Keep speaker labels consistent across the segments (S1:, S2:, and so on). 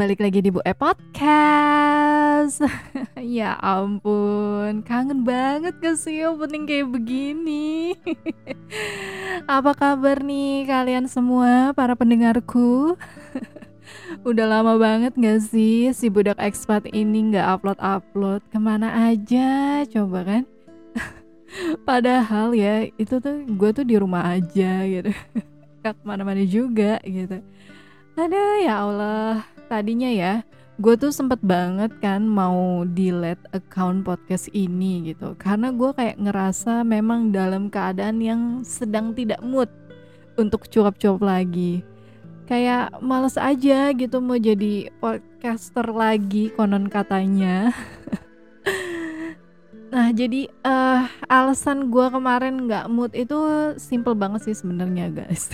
S1: balik lagi di Bu Podcast. Ya ampun, kangen banget gak sih opening kayak begini. Apa kabar nih kalian semua para pendengarku? Udah lama banget gak sih si budak ekspat ini gak upload-upload. Kemana aja coba kan. Padahal ya itu tuh gue tuh di rumah aja gitu. Gak kemana-mana juga gitu. Aduh ya Allah, tadinya ya gue tuh sempet banget kan mau delete account podcast ini gitu. Karena gue kayak ngerasa memang dalam keadaan yang sedang tidak mood untuk cuap-cuap lagi. Kayak males aja gitu mau jadi podcaster lagi konon katanya. Nah jadi alasan gue kemarin gak mood itu simple banget sih sebenarnya guys.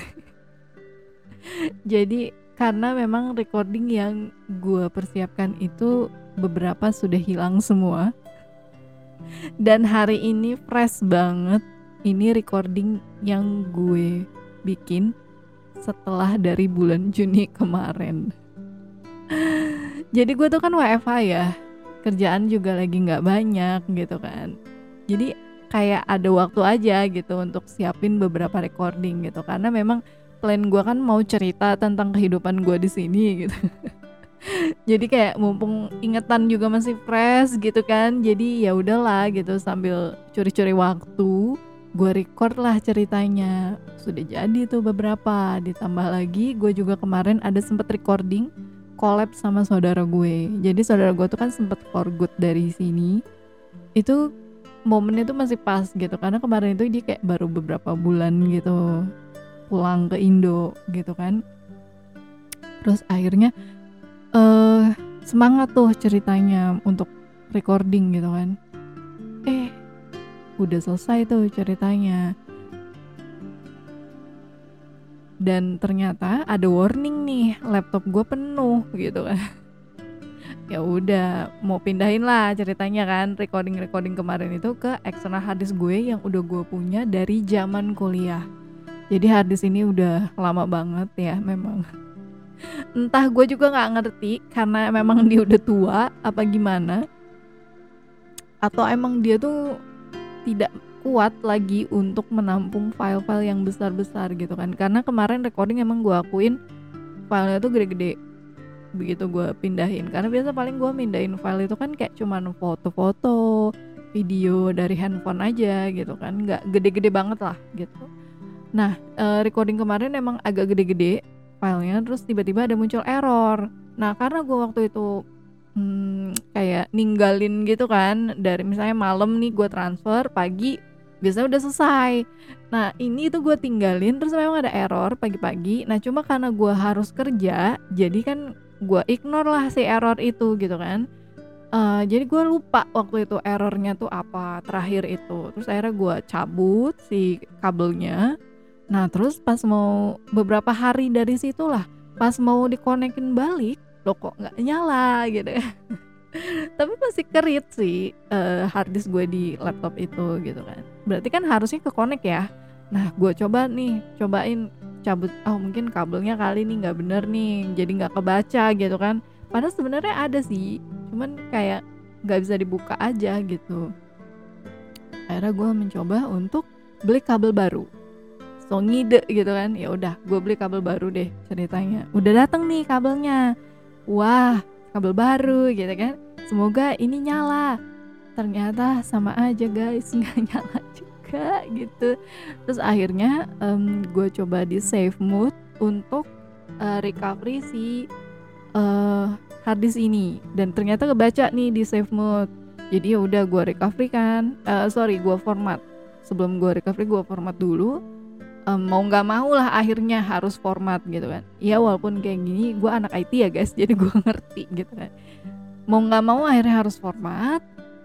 S1: Jadi karena memang recording yang gue persiapkan itu beberapa sudah hilang semua. Dan hari ini fresh banget. Ini recording yang gue bikin setelah dari bulan Juni kemarin. Jadi gue tuh kan WFH ya, kerjaan juga lagi gak banyak gitu kan. Jadi kayak ada waktu aja gitu untuk siapin beberapa recording gitu. Karena memang plan gue kan mau cerita tentang kehidupan gue di sini gitu. Jadi kayak mumpung ingetan juga masih fresh gitu kan. Jadi ya udahlah gitu sambil curi-curi waktu gue record lah ceritanya. Sudah jadi tuh beberapa. Ditambah lagi gue juga kemarin ada sempet recording collab sama saudara gue. Jadi saudara gue tuh kan sempet for good dari sini. Itu momennya tuh masih pas gitu. Karena kemarin itu dia kayak baru beberapa bulan gitu pulang ke Indo gitu kan. Terus akhirnya semangat tuh ceritanya untuk recording gitu kan. Udah selesai tuh ceritanya. Dan ternyata ada warning nih, laptop gue penuh gitu kan. Ya udah mau pindahin lah ceritanya kan, recording kemarin itu ke external hard disk gue yang udah gue punya dari zaman kuliah. Jadi harddisk ini udah lama banget ya memang. Entah gue juga gak ngerti karena memang dia udah tua apa gimana. Atau emang dia tuh tidak kuat lagi untuk menampung file-file yang besar-besar gitu kan. Karena kemarin recording emang gue akuin filenya tuh gede-gede. Begitu gue pindahin. Karena biasa paling gue mindahin file itu kan kayak cuman foto-foto, video dari handphone aja gitu kan. Gak gede-gede banget lah gitu. Nah, recording kemarin emang agak gede-gede filenya, terus tiba-tiba ada muncul error. Nah, karena gue waktu itu kayak ninggalin gitu kan, dari misalnya malam nih gue transfer, pagi biasanya udah selesai. Nah, ini tuh gue tinggalin, terus memang ada error pagi-pagi. Nah, cuma karena gue harus kerja, jadi kan gue ignore lah si error itu gitu kan. Jadi gue lupa waktu itu errornya tuh apa terakhir itu. Terus akhirnya gue cabut si kabelnya. Nah terus pas mau beberapa hari dari situlah, pas mau dikonekin balik, loh kok gak nyala gitu. Tapi masih kerit sih hard disk gue di laptop itu gitu kan. Berarti kan harusnya ke-connect ya. Nah gue cobain cabut, mungkin kabelnya kali nih gak bener nih, jadi gak kebaca gitu kan. Padahal sebenarnya ada sih, cuman kayak gak bisa dibuka aja gitu. Akhirnya gue mencoba untuk beli kabel baru. So ngide gitu kan, ya udah gue beli kabel baru deh ceritanya. Udah datang nih kabelnya, wah kabel baru gitu kan. Semoga ini nyala. Ternyata sama aja guys, nggak nyala juga gitu. Terus akhirnya gue coba di save mode untuk recovery si hard disk ini, dan ternyata kebaca nih di save mode. Jadi ya udah gue recovery kan, gue format. Sebelum gue recovery gue format dulu. Mau nggak mau lah akhirnya harus format gitu kan. Ya walaupun kayak gini gue anak IT ya guys, jadi gue ngerti gitu kan. Mau nggak mau akhirnya harus format.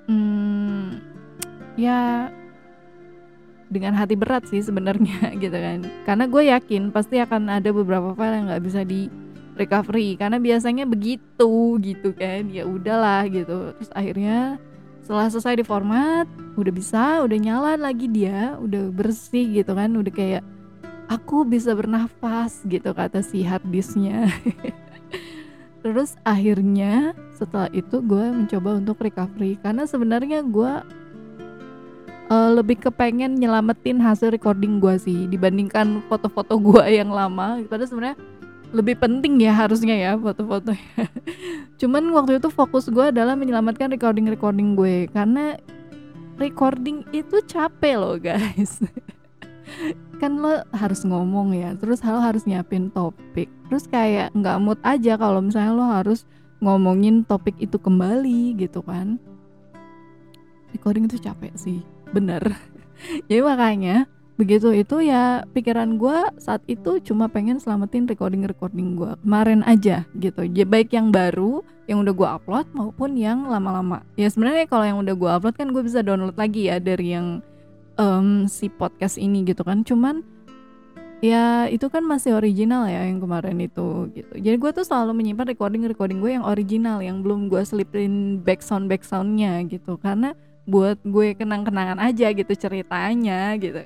S1: Ya dengan hati berat sih sebenarnya gitu kan. Karena gue yakin pasti akan ada beberapa file yang nggak bisa di recovery karena biasanya begitu gitu kan. Ya udahlah gitu. Terus akhirnya setelah selesai di format, udah nyala lagi dia, udah bersih gitu kan, udah kayak aku bisa bernafas gitu kata si hard disknya. Terus akhirnya setelah itu gue mencoba untuk recovery, karena sebenarnya gue lebih kepengen nyelamatin hasil recording gue sih dibandingkan foto-foto gue yang lama. Padahal sebenarnya lebih penting ya harusnya ya foto-fotonya. Cuman waktu itu fokus gue adalah menyelamatkan recording gue, karena recording itu capek loh guys. Kan lo harus ngomong ya, terus lo harus nyiapin topik, terus kayak nggak mood aja kalau misalnya lo harus ngomongin topik itu kembali gitu kan. Recording itu capek sih, bener. Jadi makanya begitu itu ya, pikiran gue saat itu cuma pengen selamatin recording gue kemarin aja gitu. Jadi baik yang baru yang udah gue upload maupun yang lama-lama. Ya sebenarnya kalau yang udah gue upload kan gue bisa download lagi ya dari yang si podcast ini gitu kan. Cuman ya itu kan masih original ya yang kemarin itu gitu. Jadi gue tuh selalu menyimpan recording gue yang original, yang belum gue selipin backsoundnya gitu, karena buat gue kenang-kenangan aja gitu ceritanya gitu.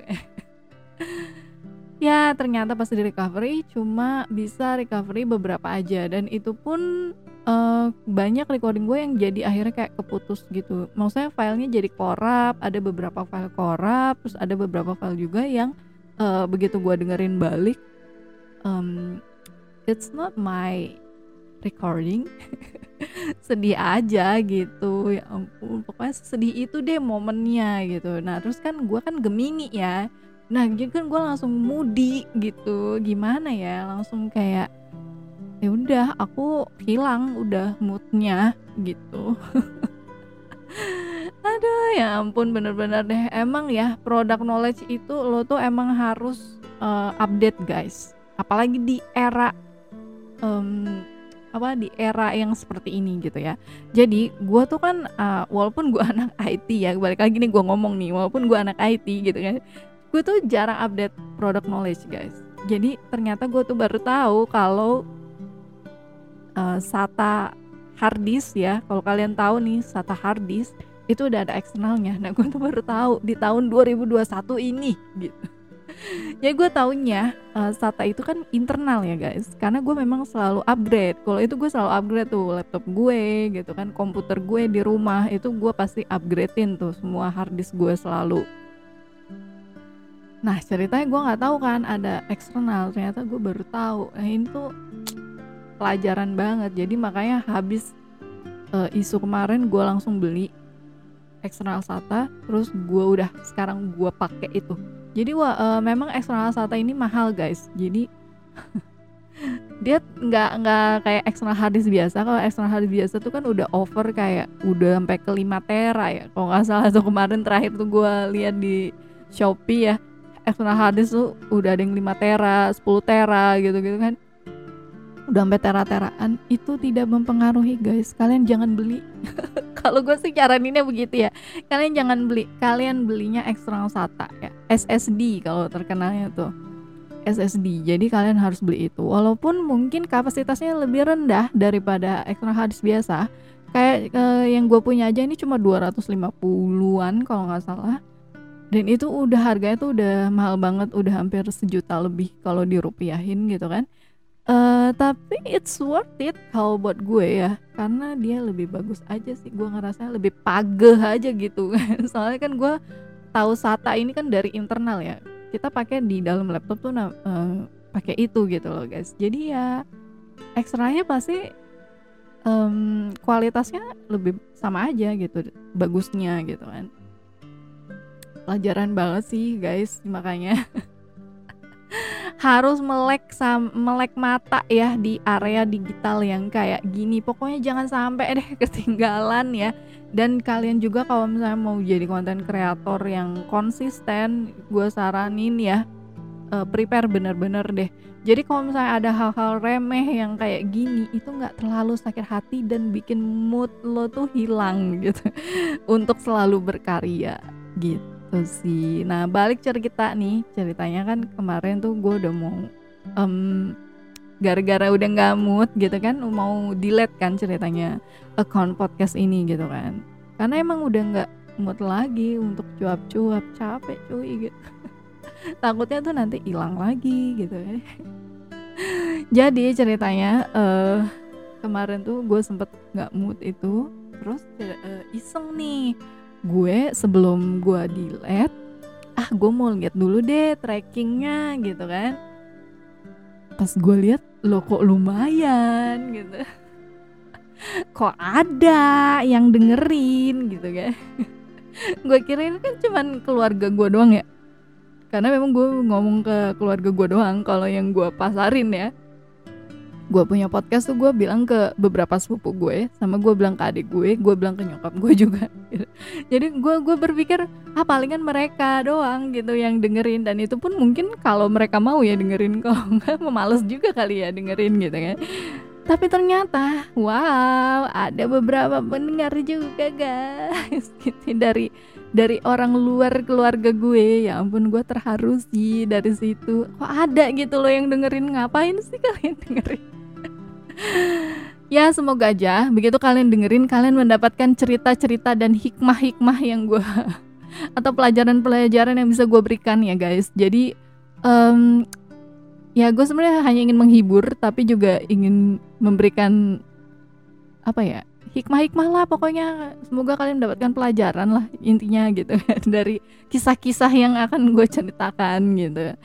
S1: Ya ternyata pas di recovery cuma bisa recovery beberapa aja, dan itu pun banyak recording gue yang jadi akhirnya kayak keputus gitu. Maksudnya filenya jadi korup, ada beberapa file korup, terus ada beberapa file juga yang begitu gue dengerin balik, it's not my recording. Sedih aja gitu, ya ampun, pokoknya sedih itu deh momennya gitu. Nah terus kan gue kan Gemini ya, nah jadi kan gue langsung moody gitu, gimana ya, langsung kayak ya udah aku hilang udah moodnya gitu. Aduh ya ampun, bener-bener deh, emang ya product knowledge itu lo tuh emang harus update guys, apalagi di era di era yang seperti ini gitu ya. Jadi gue tuh kan walaupun gue anak IT ya, balik lagi nih gue ngomong nih, walaupun gue anak IT gitu kan, gue tuh jarang update product knowledge guys. Jadi ternyata gue tuh baru tahu kalau SATA hard disk ya, kalau kalian tahu nih SATA hard disk itu udah ada eksternalnya. Nah gue tuh baru tahu di tahun 2021 ini gitu. Jadi gue taunya SATA itu kan internal ya guys, karena gue memang selalu upgrade. Kalau itu gue selalu upgrade tuh laptop gue gitu kan, komputer gue di rumah itu gue pasti upgradein tuh semua hard disk gue selalu. Nah ceritanya gue nggak tahu kan ada eksternal, ternyata gue baru tahu. Nah ini tuh pelajaran banget. Jadi makanya habis isu kemarin gue langsung beli eksternal SATA, terus gue udah sekarang gue pakai itu. Jadi memang eksternal SATA ini mahal guys. Jadi dia nggak kayak eksternal hard disk biasa. Kalau eksternal hard disk biasa tuh kan udah over, kayak udah sampai ke 5 tera ya. Kalau nggak salah tuh kemarin terakhir tuh gue lihat di Shopee ya, eksternal hard disk tuh udah ada yang 5 tera, 10 tera gitu-gitu kan. Udah sampai tera-teraan. Itu tidak mempengaruhi guys. Kalian jangan beli. Kalau gue sih nyaraninnya begitu ya. Kalian jangan beli. Kalian belinya eksternal SATA ya, SSD kalau terkenalnya tuh SSD. Jadi kalian harus beli itu. Walaupun mungkin kapasitasnya lebih rendah daripada eksternal hard disk biasa. Kayak yang gue punya aja ini cuma 250-an kalau nggak salah. Dan itu udah harganya tuh udah mahal banget, udah hampir 1 juta lebih kalau dirupiahin gitu kan. Tapi it's worth it kalau buat gue ya, karena dia lebih bagus aja sih, gue ngerasa lebih pageh aja gitu kan. Soalnya kan gue tahu SATA ini kan dari internal ya, kita pakai di dalam laptop tuh pakai itu gitu loh guys. Jadi ya eksternalnya pasti kualitasnya lebih sama aja gitu, bagusnya gitu kan. Pelajaran banget sih guys, makanya harus melek mata ya di area digital yang kayak gini. Pokoknya jangan sampai deh ketinggalan ya. Dan kalian juga kalau misalnya mau jadi konten kreator yang konsisten, gue saranin ya prepare bener-bener deh. Jadi kalau misalnya ada hal-hal remeh yang kayak gini, itu gak terlalu sakit hati dan bikin mood lo tuh hilang gitu untuk selalu berkarya gitu sih. Nah balik cerita nih, ceritanya kan kemarin tuh gue udah mau gara-gara udah gak mood gitu kan, mau delete kan ceritanya account podcast ini gitu kan, karena emang udah gak mood lagi untuk cuap-cuap, capek cuy gitu. Takutnya tuh nanti hilang lagi gitu ya. Jadi ceritanya kemarin tuh gue sempet nggak mood itu, terus iseng nih, gue sebelum gue delete, gue mau lihat dulu deh trackingnya gitu kan. Pas gue lihat, loh kok lumayan gitu, kok ada yang dengerin gitu kan. Gue kirain kan cuman keluarga gue doang ya, karena memang gue ngomong ke keluarga gue doang kalau yang gue pasarin ya. Gue punya podcast tuh gue bilang ke beberapa sepupu gue, sama gue bilang ke adik gue bilang ke nyokap gue juga gitu. Jadi gue berpikir palingan mereka doang gitu yang dengerin, dan itu pun mungkin kalau mereka mau ya dengerin, kalau enggak males juga kali ya dengerin gitu kan. Tapi ternyata wow, ada beberapa pendengar juga guys gitu, dari orang luar keluarga gue. Ya ampun, gue terharu sih dari situ. Kok ada gitu loh yang dengerin, ngapain sih kalian dengerin? Ya semoga aja begitu kalian dengerin, kalian mendapatkan cerita-cerita dan hikmah-hikmah yang gue atau pelajaran-pelajaran yang bisa gue berikan ya guys. Jadi ya gue sebenarnya hanya ingin menghibur, tapi juga ingin memberikan hikmah-hikmah lah pokoknya. Semoga kalian mendapatkan pelajaran lah intinya gitu dari kisah-kisah yang akan gue ceritakan gitu.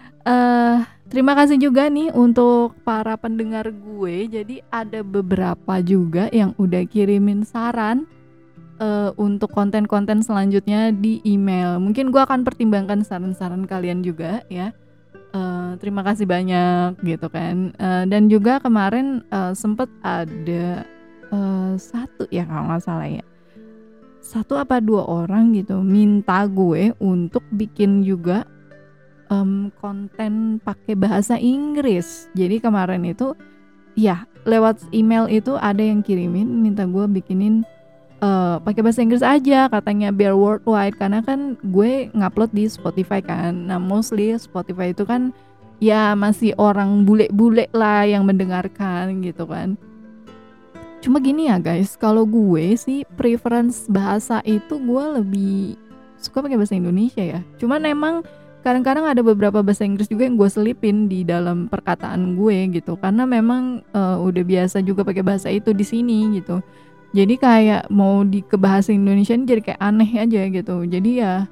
S1: Terima kasih juga nih untuk para pendengar gue. Jadi ada beberapa juga yang udah kirimin saran untuk konten-konten selanjutnya di email. Mungkin gue akan pertimbangkan saran-saran kalian juga ya. Terima kasih banyak gitu kan. Dan juga kemarin sempet ada satu ya kalau nggak salah ya, 1 apa 2 orang gitu minta gue untuk bikin juga konten pakai bahasa Inggris. Jadi kemarin itu ya lewat email itu ada yang kirimin minta gue bikinin pakai bahasa Inggris aja katanya, biar worldwide, karena kan gue ngupload di Spotify kan. Nah mostly Spotify itu kan ya masih orang bule-bule lah yang mendengarkan gitu kan. Cuma gini ya guys, kalau gue sih preference bahasa itu gue lebih suka pakai bahasa Indonesia ya. Cuman emang kadang-kadang ada beberapa bahasa Inggris juga yang gue selipin di dalam perkataan gue gitu, karena memang udah biasa juga pakai bahasa itu di sini gitu. Jadi kayak mau ke bahasa Indonesia ini jadi kayak aneh aja gitu. Jadi ya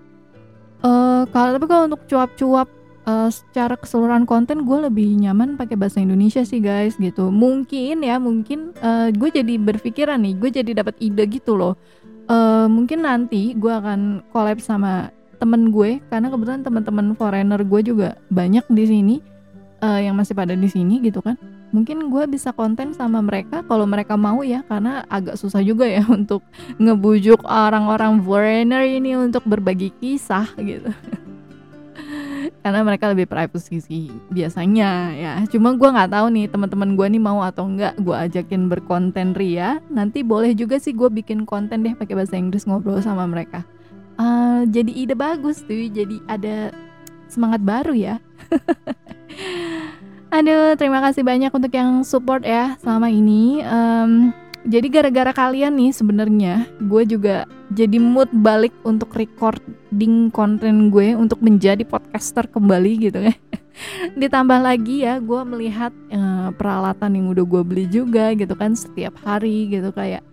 S1: tapi kalau untuk cuap-cuap secara keseluruhan konten gue lebih nyaman pakai bahasa Indonesia sih guys gitu. Mungkin gue jadi berpikiran nih, gue jadi dapat ide gitu loh. Mungkin nanti gue akan collab sama temen gue, karena kebetulan teman-teman foreigner gue juga banyak di sini yang masih pada di sini gitu kan. Mungkin gue bisa konten sama mereka kalau mereka mau ya, karena agak susah juga ya untuk ngebujuk orang-orang foreigner ini untuk berbagi kisah gitu. Karena mereka lebih privacy sih biasanya ya. Cuma gue nggak tahu nih teman-teman gue nih mau atau enggak gue ajakin berkonten ria. Nanti boleh juga sih gue bikin konten deh pakai bahasa Inggris, ngobrol sama mereka. Jadi ide bagus tuh, jadi ada semangat baru ya. Aduh, terima kasih banyak untuk yang support ya selama ini. Jadi gara-gara kalian nih sebenarnya gue juga jadi mood balik untuk recording konten gue untuk menjadi podcaster kembali gitu ya. Ditambah lagi ya gue melihat peralatan yang udah gue beli juga gitu kan setiap hari gitu, kayak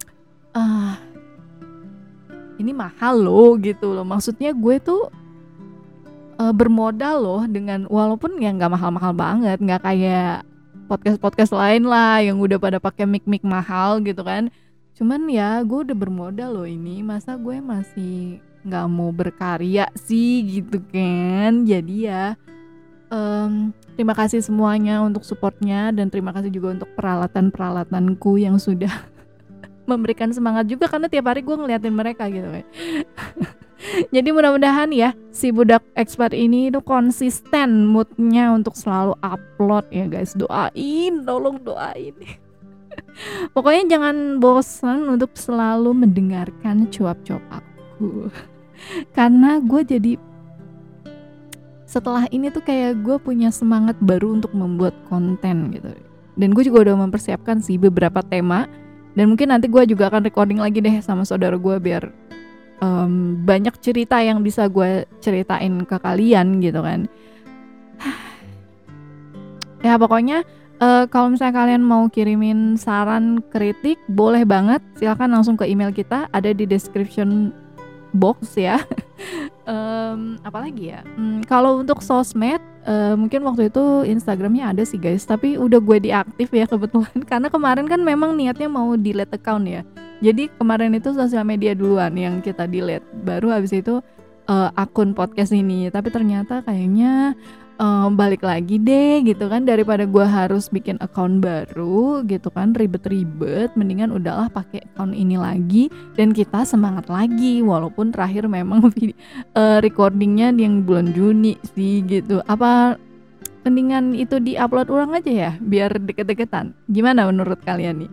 S1: ini mahal loh gitu loh. Maksudnya gue tuh bermodal loh dengan, walaupun ya nggak mahal-mahal banget, nggak kayak podcast lain lah yang udah pada pakai mic mahal gitu kan. Cuman ya gue udah bermodal loh ini, masa gue masih nggak mau berkarya sih gitu kan. Jadi ya terima kasih semuanya untuk supportnya, dan terima kasih juga untuk peralatanku yang sudah memberikan semangat juga, karena tiap hari gue ngeliatin mereka gitu kan. Jadi mudah-mudahan ya si budak expert ini tuh konsisten moodnya untuk selalu upload ya guys. Tolong doain. Pokoknya jangan bosan untuk selalu mendengarkan cuap-cuap aku. Karena gue jadi setelah ini tuh kayak gue punya semangat baru untuk membuat konten gitu. Dan gue juga udah mempersiapkan sih beberapa tema. Dan mungkin nanti gue juga akan recording lagi deh sama saudara gue, biar banyak cerita yang bisa gue ceritain ke kalian gitu kan. Ya pokoknya Kalau misalnya kalian mau kirimin saran, kritik, boleh banget, silakan langsung ke email kita, ada di description box ya. Apalagi ya, kalau untuk sosmed, mungkin waktu itu Instagramnya ada sih guys, tapi udah gue deaktif ya kebetulan. Karena kemarin kan memang niatnya mau delete account ya. Jadi kemarin itu sosial media duluan yang kita delete, baru habis itu akun podcast ini. Tapi ternyata kayaknya balik lagi deh gitu kan, daripada gue harus bikin account baru gitu kan, ribet-ribet, mendingan udahlah pakai account ini lagi dan kita semangat lagi. Walaupun terakhir memang recordingnya yang bulan Juni sih gitu. Apa mendingan itu di-upload ulang aja ya biar deket-deketan? Gimana menurut kalian nih?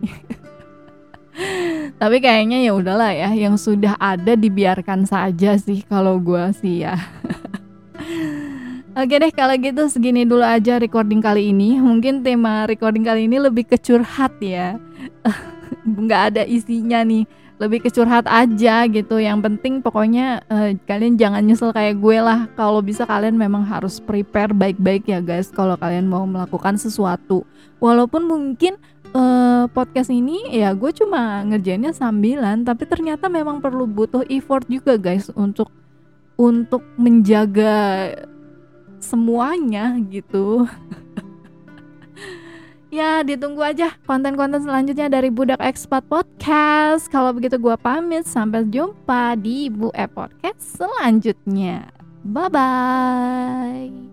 S1: Tapi kayaknya ya udahlah ya, yang sudah ada dibiarkan saja sih kalau gue sih ya. Oke deh, kalau gitu segini dulu aja recording kali ini. Mungkin tema recording kali ini lebih ke curhat ya. Nggak ada isinya nih, lebih ke curhat aja gitu. Yang penting pokoknya kalian jangan nyesel kayak gue lah. Kalau bisa kalian memang harus prepare baik-baik ya guys, kalau kalian mau melakukan sesuatu. Walaupun mungkin podcast ini ya gue cuma ngerjainnya sambilan, tapi ternyata memang perlu butuh effort juga guys untuk menjaga semuanya gitu. Ya ditunggu aja konten-konten selanjutnya dari Budak Expat Podcast. Kalau begitu gue pamit, sampai jumpa di Bu E Podcast selanjutnya. Bye bye.